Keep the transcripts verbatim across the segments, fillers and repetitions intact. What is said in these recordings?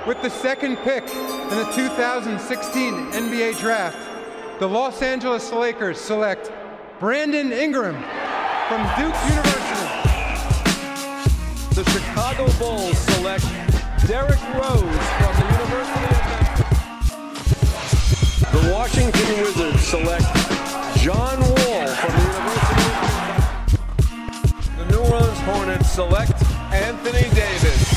With the second pick in the two thousand sixteen N B A Draft, the Los Angeles Lakers select Brandon Ingram from Duke University. The Chicago Bulls select Derrick Rose from the University of Memphis. The Washington Wizards select John Wall from the University of Memphis. The New Orleans Hornets select Anthony Davis.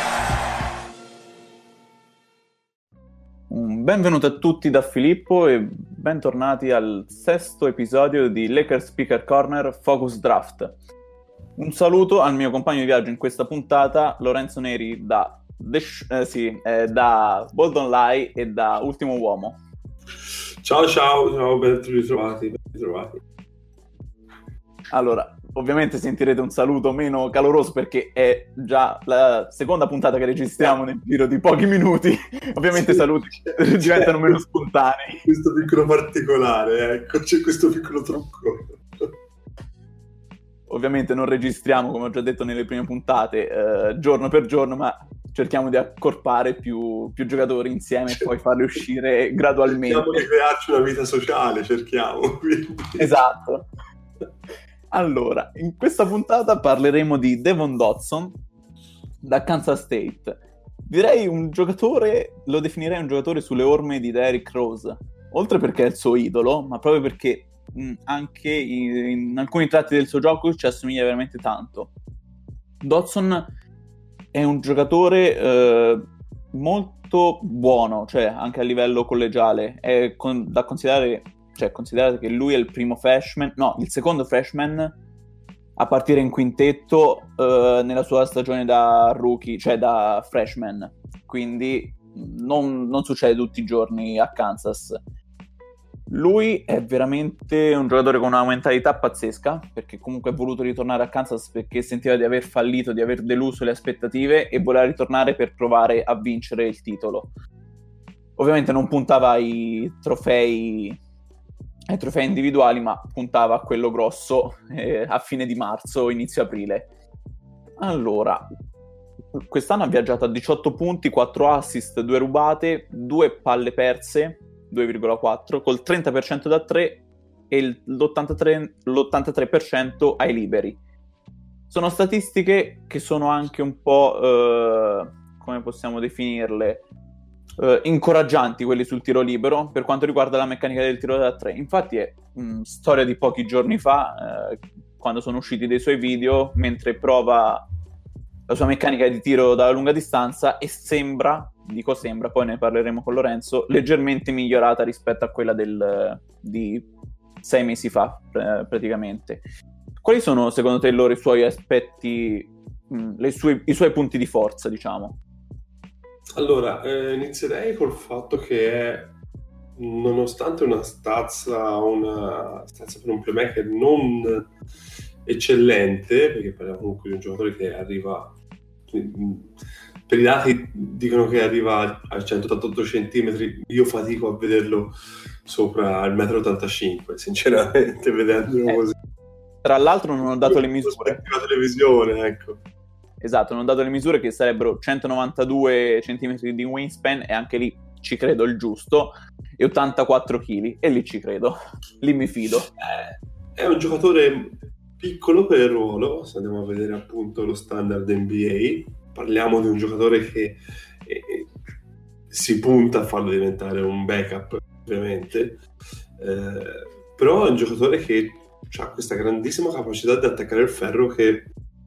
Benvenuti a tutti da Filippo e bentornati al sesto episodio di Lakers Speaker Corner Focus Draft. Un saluto al mio compagno di viaggio in questa puntata, Lorenzo Neri da, The Sh- eh, sì, eh, da Bold Online e da Ultimo Uomo. Ciao ciao, ciao, ben ritrovati, ben ritrovati. Allora, ovviamente sentirete un saluto meno caloroso perché è già la seconda puntata che registriamo nel giro di pochi minuti. Ovviamente i sì, saluti c'è, diventano c'è meno spontanei. Questo piccolo particolare, ecco, c'è questo piccolo trucco. Ovviamente non registriamo, come ho già detto nelle prime puntate, eh, giorno per giorno, ma cerchiamo di accorpare più, più giocatori insieme e poi farli uscire gradualmente. Cerchiamo di crearci una vita sociale, cerchiamo. Quindi. Esatto. Allora, in questa puntata parleremo di Devon Dotson da Kansas State. Direi un giocatore, lo definirei un giocatore sulle orme di Derrick Rose, oltre perché è il suo idolo, ma proprio perché mh, anche in, in alcuni tratti del suo gioco ci assomiglia veramente tanto. Dotson è un giocatore eh, molto buono, cioè anche a livello collegiale, è con, da considerare... Cioè, considerate che lui è il primo freshman, no, il secondo freshman a partire in quintetto eh, nella sua stagione da rookie, cioè da freshman. Quindi non, non succede tutti i giorni a Kansas. Lui è veramente un giocatore con una mentalità pazzesca, perché comunque ha voluto ritornare a Kansas perché sentiva di aver fallito, di aver deluso le aspettative e voleva ritornare per provare a vincere il titolo. Ovviamente non puntava ai trofei ai trofei individuali, ma puntava a quello grosso eh, a fine di marzo, inizio aprile. Allora, quest'anno ha viaggiato a diciotto punti, quattro assist, due rubate, due palle perse, due virgola quattro, col trenta per cento da tre e l'ottantatré, l'ottantatré per cento ai liberi. Sono statistiche che sono anche un po', eh, come possiamo definirle, Uh, incoraggianti quelli sul tiro libero per quanto riguarda la meccanica del tiro da tre. Infatti è um, storia di pochi giorni fa, uh, quando sono usciti dei suoi video mentre prova la sua meccanica di tiro dalla lunga distanza e sembra, dico sembra, poi ne parleremo con Lorenzo, leggermente migliorata rispetto a quella del, di sei mesi fa pr- praticamente. Quali sono secondo te loro i suoi aspetti, mh, le sue, i suoi punti di forza, diciamo? Allora, eh, inizierei col fatto che è, nonostante una stazza, una stazza per un playmaker non eccellente, perché parliamo comunque di un giocatore che arriva, per i dati dicono che arriva a centottantotto centimetri, io fatico a vederlo sopra il metro e ottantacinque, sinceramente, vedendolo eh, così. Tra l'altro non ho dato le misure. La televisione, ecco. Esatto, non ho dato le misure che sarebbero centonovantadue centimetri di wingspan e anche lì ci credo il giusto, e ottantaquattro chili, e lì ci credo, lì mi fido. È un giocatore piccolo per il ruolo, se andiamo a vedere appunto lo standard N B A, parliamo di un giocatore che eh, si punta a farlo diventare un backup, ovviamente, eh, però è un giocatore che ha questa grandissima capacità di attaccare il ferro che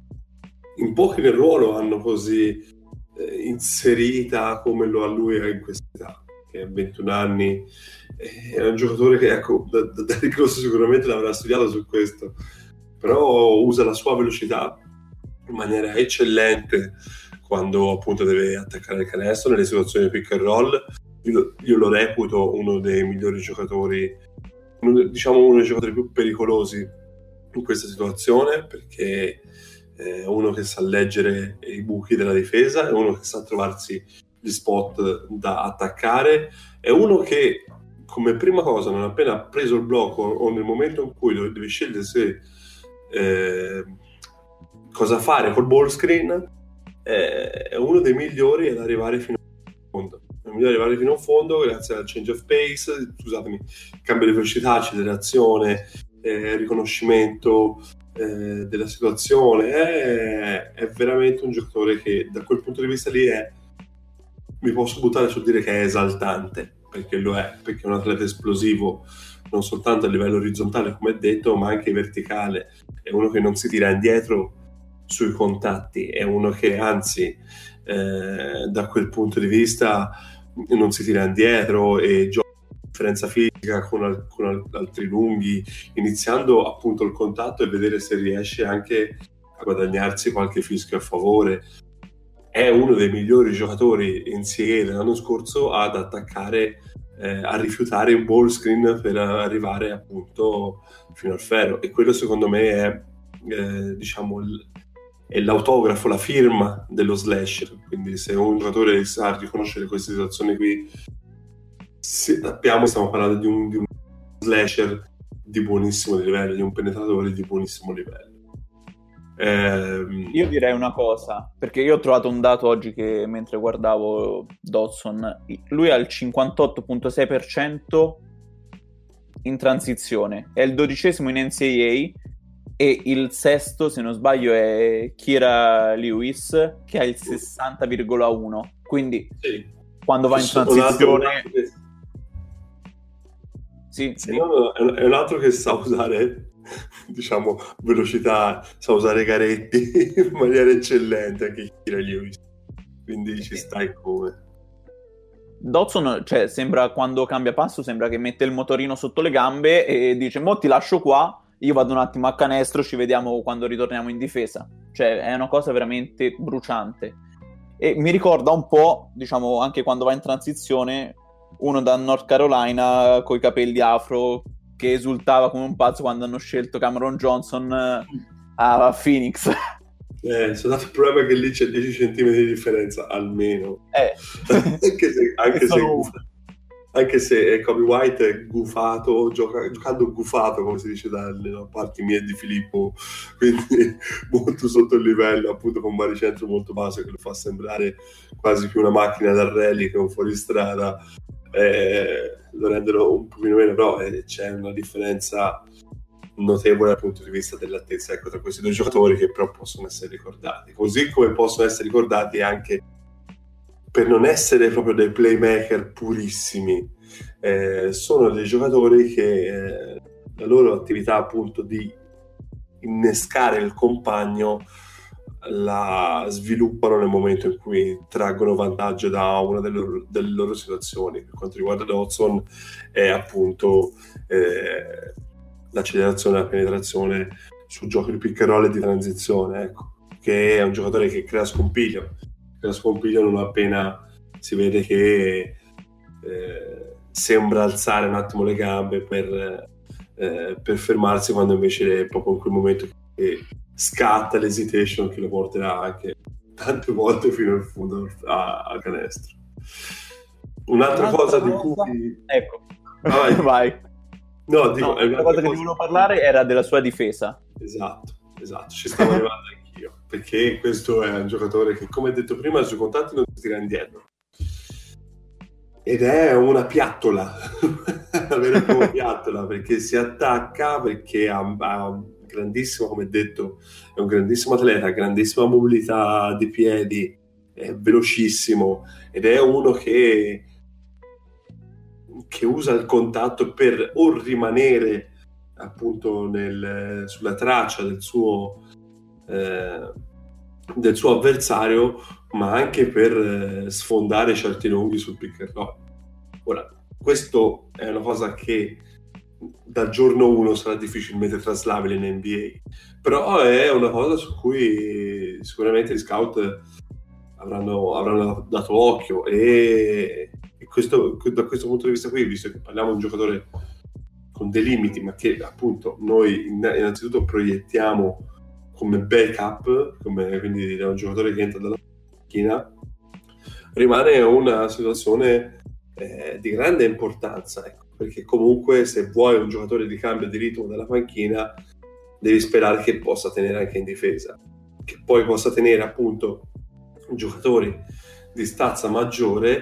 in pochi nel ruolo hanno così eh, inserita come lo ha lui in questa età, che ha ventuno anni, è un giocatore che, ecco, da, da Derrick Rose sicuramente l'avrà studiato su questo, però usa la sua velocità in maniera eccellente quando appunto deve attaccare il canestro nelle situazioni di pick and roll. Io, io lo reputo uno dei migliori giocatori, uno, diciamo uno dei giocatori più pericolosi in questa situazione, perché è uno che sa leggere i buchi della difesa, è uno che sa trovarsi gli spot da attaccare, è uno che come prima cosa, non appena preso il blocco o nel momento in cui devi scegliere se eh, cosa fare col ball screen, eh, è uno dei migliori ad arrivare fino fondo. È meglio arrivare fino in fondo grazie al change of pace, scusatemi, cambio di velocità, accelerazione, eh, riconoscimento eh, della situazione. È, è veramente un giocatore che da quel punto di vista lì è, mi posso buttare sul dire che è esaltante, perché lo è, perché è un atleta esplosivo non soltanto a livello orizzontale come detto, ma anche verticale. È uno che non si tira indietro sui contatti, è uno che anzi eh, da quel punto di vista non si tira indietro e gioca a differenza fisica con, al- con al- altri lunghi, iniziando appunto il contatto e vedere se riesce anche a guadagnarsi qualche fischio a favore. È uno dei migliori giocatori in C A A dell'anno scorso ad attaccare, eh, a rifiutare un ball screen per arrivare appunto fino al ferro, e quello secondo me è eh, diciamo il- è l'autografo, la firma dello slasher. Quindi se un giocatore sa riconoscere queste situazioni qui, sappiamo, stiamo parlando di un, di un slasher di buonissimo livello, di un penetratore di buonissimo livello. Ehm, Io direi una cosa, perché io ho trovato un dato oggi che mentre guardavo Dodson, lui ha il cinquantotto virgola sei per cento in transizione, è il dodicesimo in N C A A e il sesto, se non sbaglio, è Kira Lewis che ha il sessanta virgola uno, quindi sì. quando va in Un altro- transizione... un altro che- Sì, sì, sì. no, no, è un- è un altro che sa usare diciamo velocità, sa usare garetti in maniera eccellente, anche Kira Lewis, quindi ci stai come. Dodson, cioè, sembra, quando cambia passo, sembra che mette il motorino sotto le gambe e dice: mo ti lascio qua, io vado un attimo a canestro, ci vediamo quando ritorniamo in difesa. Cioè, è una cosa veramente bruciante. E mi ricorda un po', diciamo, anche quando va in transizione, uno da North Carolina coi capelli afro che esultava come un pazzo quando hanno scelto Cameron Johnson eh, a Phoenix. Eh, soltanto il problema è che lì c'è dieci centimetri di differenza almeno. Eh. anche se, anche, se, Sono- anche se Kobe White è gufato, gioca, giocando gufato, come si dice dalle parti mie di Filippo, quindi molto sotto il livello, appunto con baricentro molto basso che lo fa sembrare quasi più una macchina da rally che un fuoristrada. Eh, lo rendono un pochino meno, però eh, c'è una differenza notevole dal punto di vista dell'altezza, ecco, tra questi due giocatori, che però possono essere ricordati, così come possono essere ricordati anche per non essere proprio dei playmaker purissimi. Eh, sono dei giocatori che eh, la loro attività appunto di innescare il compagno la sviluppano nel momento in cui traggono vantaggio da una delle loro, delle loro situazioni. Per quanto riguarda Dodson è appunto eh, l'accelerazione e la penetrazione sul gioco di pick and roll e di transizione, ecco, che è un giocatore che crea scompiglio crea scompiglio non appena si vede che eh, sembra alzare un attimo le gambe per, eh, per fermarsi, quando invece è proprio in quel momento che scatta l'hesitation che lo porterà anche tante volte fino in fondo a- al canestro. Un'altra, Un'altra cosa, cosa- di cui Ecco, Vai. vai. no, dico, No, è la un'altra cosa che di volevo parlare era della sua difesa. Esatto, esatto, ci stavo arrivando anch'io, perché questo è un giocatore che, come detto prima, sui contatti non si tira indietro. Ed è una piattola, una vera e propria piattola, perché si attacca, perché ha, ha un grandissimo, come detto, è un grandissimo atleta, grandissima mobilità di piedi, è velocissimo, ed è uno che, che usa il contatto per o rimanere appunto nel, sulla traccia del suo eh, del suo avversario, ma anche per eh, sfondare certi lunghi sul pick and roll. Ora, questo è una cosa che dal giorno uno sarà difficilmente traslabile in N B A, però è una cosa su cui sicuramente gli scout avranno, avranno dato occhio, e, e questo, da questo punto di vista qui, visto che parliamo di un giocatore con dei limiti, ma che appunto noi innanzitutto proiettiamo come backup, come, quindi da un giocatore che entra dalla panchina, rimane una situazione eh, di grande importanza, ecco, perché comunque se vuoi un giocatore di cambio di ritmo dalla panchina devi sperare che possa tenere anche in difesa, che poi possa tenere appunto giocatori di stazza maggiore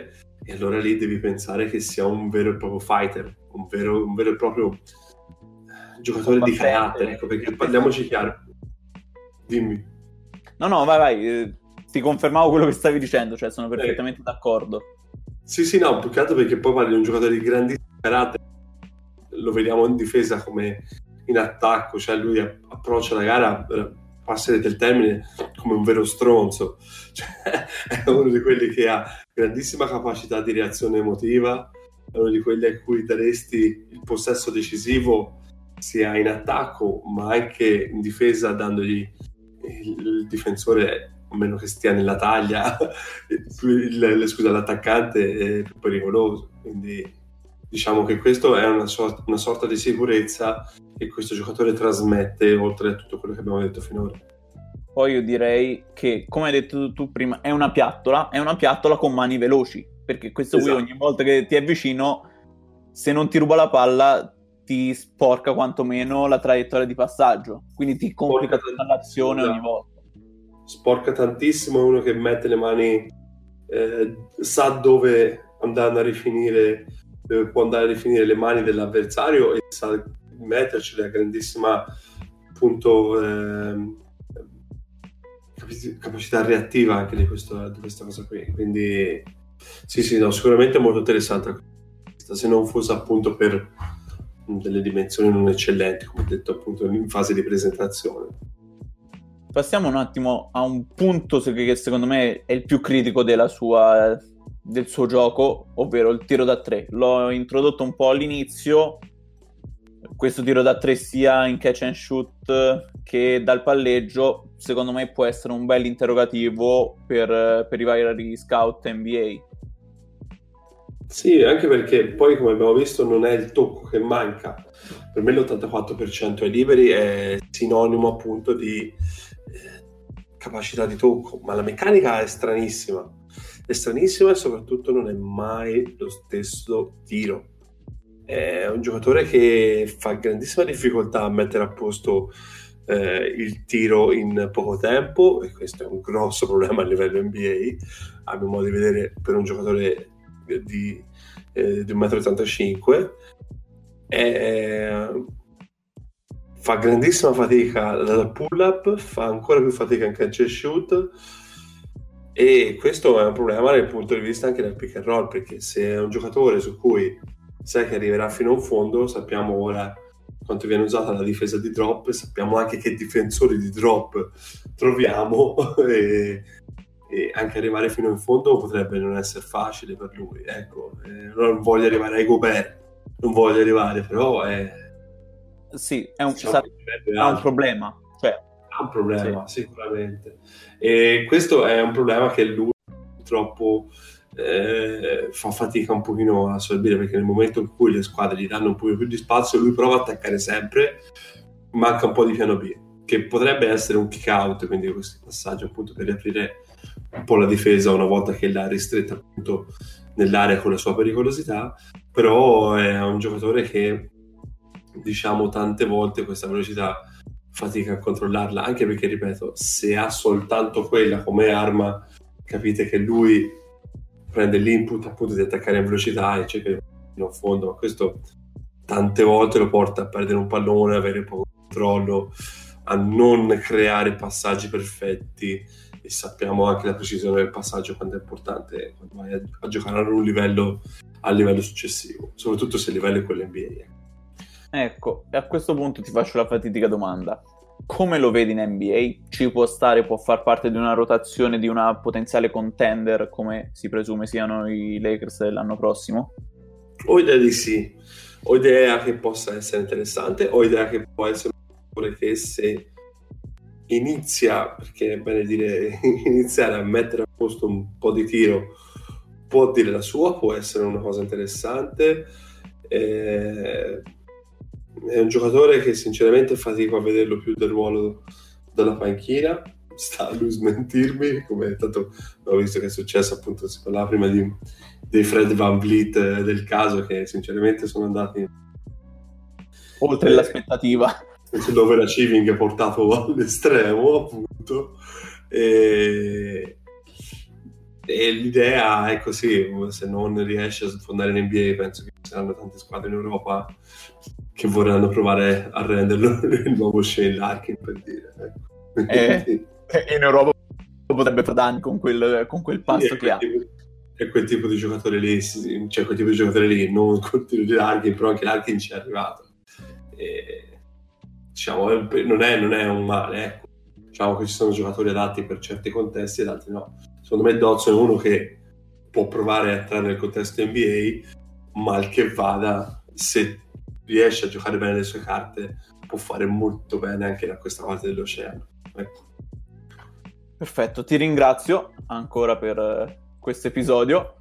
e allora lì devi pensare che sia un vero e proprio fighter, un vero, un vero e proprio giocatore di carattere, ecco, perché parliamoci chiaro. Dimmi. No, no, vai, vai, eh, ti confermavo quello che stavi dicendo, cioè sono perfettamente eh. d'accordo. Sì, sì, no, più che altro perché poi parli di un giocatore di grandissimo carattere, lo vediamo in difesa come in attacco, cioè lui approccia la gara, passare del termine, come un vero stronzo, cioè è uno di quelli che ha grandissima capacità di reazione emotiva, è uno di quelli a cui daresti il possesso decisivo sia in attacco ma anche in difesa, dandogli il, il difensore, a meno che stia nella taglia, il, il, scusa, l'attaccante è più pericoloso, quindi diciamo che questo è una sorta, una sorta di sicurezza che questo giocatore trasmette, oltre a tutto quello che abbiamo detto finora. Poi io direi che, come hai detto tu prima, è una piattola, è una piattola con mani veloci, perché questo esatto. Qui ogni volta che ti è vicino, se non ti ruba la palla, ti sporca quantomeno la traiettoria di passaggio, quindi ti complica tutta l'azione ogni volta. Sporca tantissimo, è uno che mette le mani, eh, sa dove andare a rifinire, dove può andare a rifinire le mani dell'avversario e sa metterci la grandissima appunto eh, capacità reattiva anche di, questo, di questa cosa qui, quindi sì sì no, sicuramente molto interessante, se non fosse appunto per delle dimensioni non eccellenti, come detto appunto in fase di presentazione. Passiamo un attimo a un punto che secondo me è il più critico della sua, del suo gioco, ovvero il tiro da tre. L'ho introdotto un po' all'inizio, questo tiro da tre sia in catch and shoot che dal palleggio, secondo me può essere un bel interrogativo per, per i vari scout N B A. Sì, anche perché poi, come abbiamo visto, non è il tocco che manca. Per me l'ottantaquattro per cento ai liberi è sinonimo appunto di eh, capacità di tocco, ma la meccanica è stranissima. È stranissima e soprattutto non è mai lo stesso tiro. È un giocatore che fa grandissima difficoltà a mettere a posto eh, il tiro in poco tempo, e questo è un grosso problema a livello N B A, a mio modo di vedere, per un giocatore di, eh, di un metro e ottantacinque. E fa grandissima fatica dal pull up, fa ancora più fatica in catch and shoot, e questo è un problema dal punto di vista anche del pick and roll, perché se è un giocatore su cui sai che arriverà fino a un fondo, sappiamo ora quanto viene usata la difesa di drop, sappiamo anche che difensori di drop troviamo e e anche arrivare fino in fondo potrebbe non essere facile per lui, ecco, eh, non voglio arrivare ai Gobert, non voglio arrivare, però è sì, è un, diciamo, ha un problema, cioè ha un problema sì. Sicuramente, e questo è un problema che lui purtroppo eh, fa fatica un pochino a assorbire, perché nel momento in cui le squadre gli danno un pochino più di spazio, lui prova a attaccare sempre, manca un po' di piano B, che potrebbe essere un kick out, quindi questo passaggio appunto per riaprire un po' la difesa una volta che l'ha ristretta appunto nell'area con la sua pericolosità. Però è un giocatore che, diciamo, tante volte questa velocità fatica a controllarla, anche perché, ripeto, se ha soltanto quella come arma, capite che lui prende l'input appunto di attaccare in velocità e cerca di fino a fondo, ma questo tante volte lo porta a perdere un pallone, avere poco controllo, a non creare passaggi perfetti, e sappiamo anche la precisione del passaggio quanto è importante quando vai a, a giocare a un livello a livello successivo, soprattutto se il livello è quello N B A. Ecco, e a questo punto ti faccio la fatidica domanda: come lo vedi in N B A? Ci può stare, può far parte di una rotazione di una potenziale contender come si presume siano i Lakers dell'anno prossimo? Ho idea di sì, ho idea che possa essere interessante, ho idea che può essere un giocatore che se inizia, perché è bene dire iniziare a mettere a posto un po' di tiro, può dire la sua, può essere una cosa interessante. Eh, è un giocatore che sinceramente fatico a vederlo più del ruolo della panchina, sta a lui smentirmi, come tanto ho visto che è successo, appunto si parlava prima di, dei Fred VanVleet eh, del caso, che sinceramente sono andati oltre eh, l'aspettativa, l'overachieving portato all'estremo appunto, e E l'idea è così, se non riesce a sfondare in N B A penso che ci saranno tante squadre in Europa che vorranno provare a renderlo il nuovo Shane Larkin, per dire. Eh, in Europa potrebbe far danni con quel, con quel passo sì, che ha. Tipo, è quel tipo di giocatore lì, cioè quel tipo di giocatore lì, non col tiro di Larkin, però anche Larkin ci è arrivato. E, diciamo, non è, non è un male, ecco. Diciamo che ci sono giocatori adatti per certi contesti ed altri no. Secondo me Dodson è uno che può provare a entrare nel contesto N B A, mal che vada, se riesce a giocare bene le sue carte, può fare molto bene anche da questa parte dell'oceano. Ecco. Perfetto, ti ringrazio ancora per questo episodio.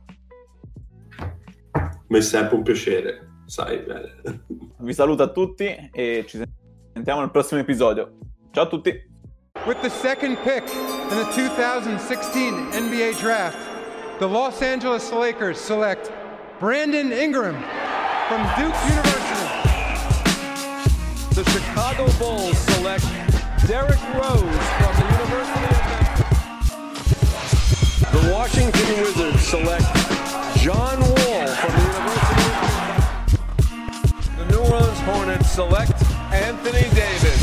Mi è sempre un piacere, sai bene. Vi saluto a tutti e ci sentiamo nel prossimo episodio. Ciao a tutti! With the second pick in the two thousand sixteen N B A Draft, the Los Angeles Lakers select Brandon Ingram from Duke University. The Chicago Bulls select Derrick Rose from the University of Memphis. The Washington Wizards select John Wall from the University of Memphis. The New Orleans Hornets select Anthony Davis.